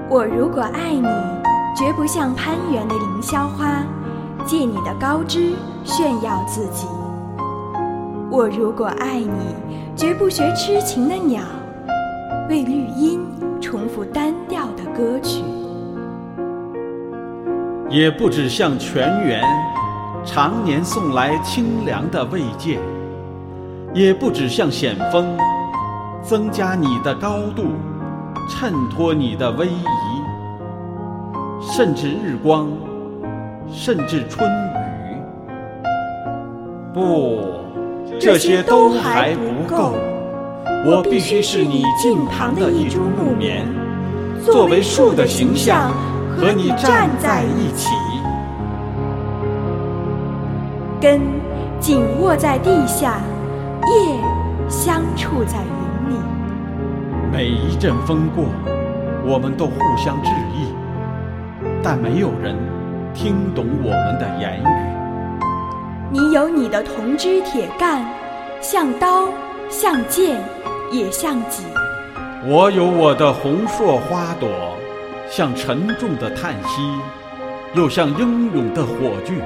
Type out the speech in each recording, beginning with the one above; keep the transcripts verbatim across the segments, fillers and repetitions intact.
我如果爱你，绝不像攀援的凌霄花，借你的高枝炫耀自己。我如果爱你，绝不学痴情的鸟，为绿荫重复单调的歌曲。 也不只像泉源，常年送来清凉的慰藉，也不只像险峰，增加你的高度，衬托你的威仪，甚至日光，甚至春雨。不，这些都还不够，我必须是你近旁的一株木棉，作为树的形象和你站在一起， 根紧握在地下，叶相触在云里。 每一阵风过，我们都互相致意，但没有人听懂我们的言语。 你有你的铜枝铁干，像刀，像剑，也像戟。 我有我的红硕花朵，像沉重的叹息，又像英勇的火炬。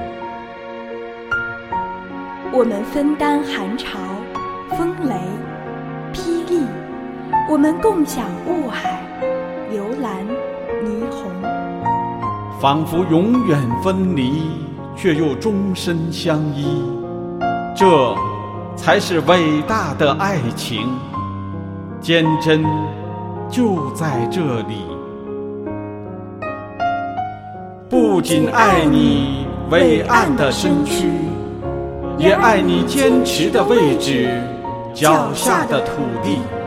我们分担寒潮、风雷、霹雳，我们共享雾海、流岚、霓虹， 仿佛永远分离，却又终身相依。这才是伟大的爱情，坚贞就在这里。不仅爱你伟岸的身躯，也爱你坚持的位置，脚下的土地。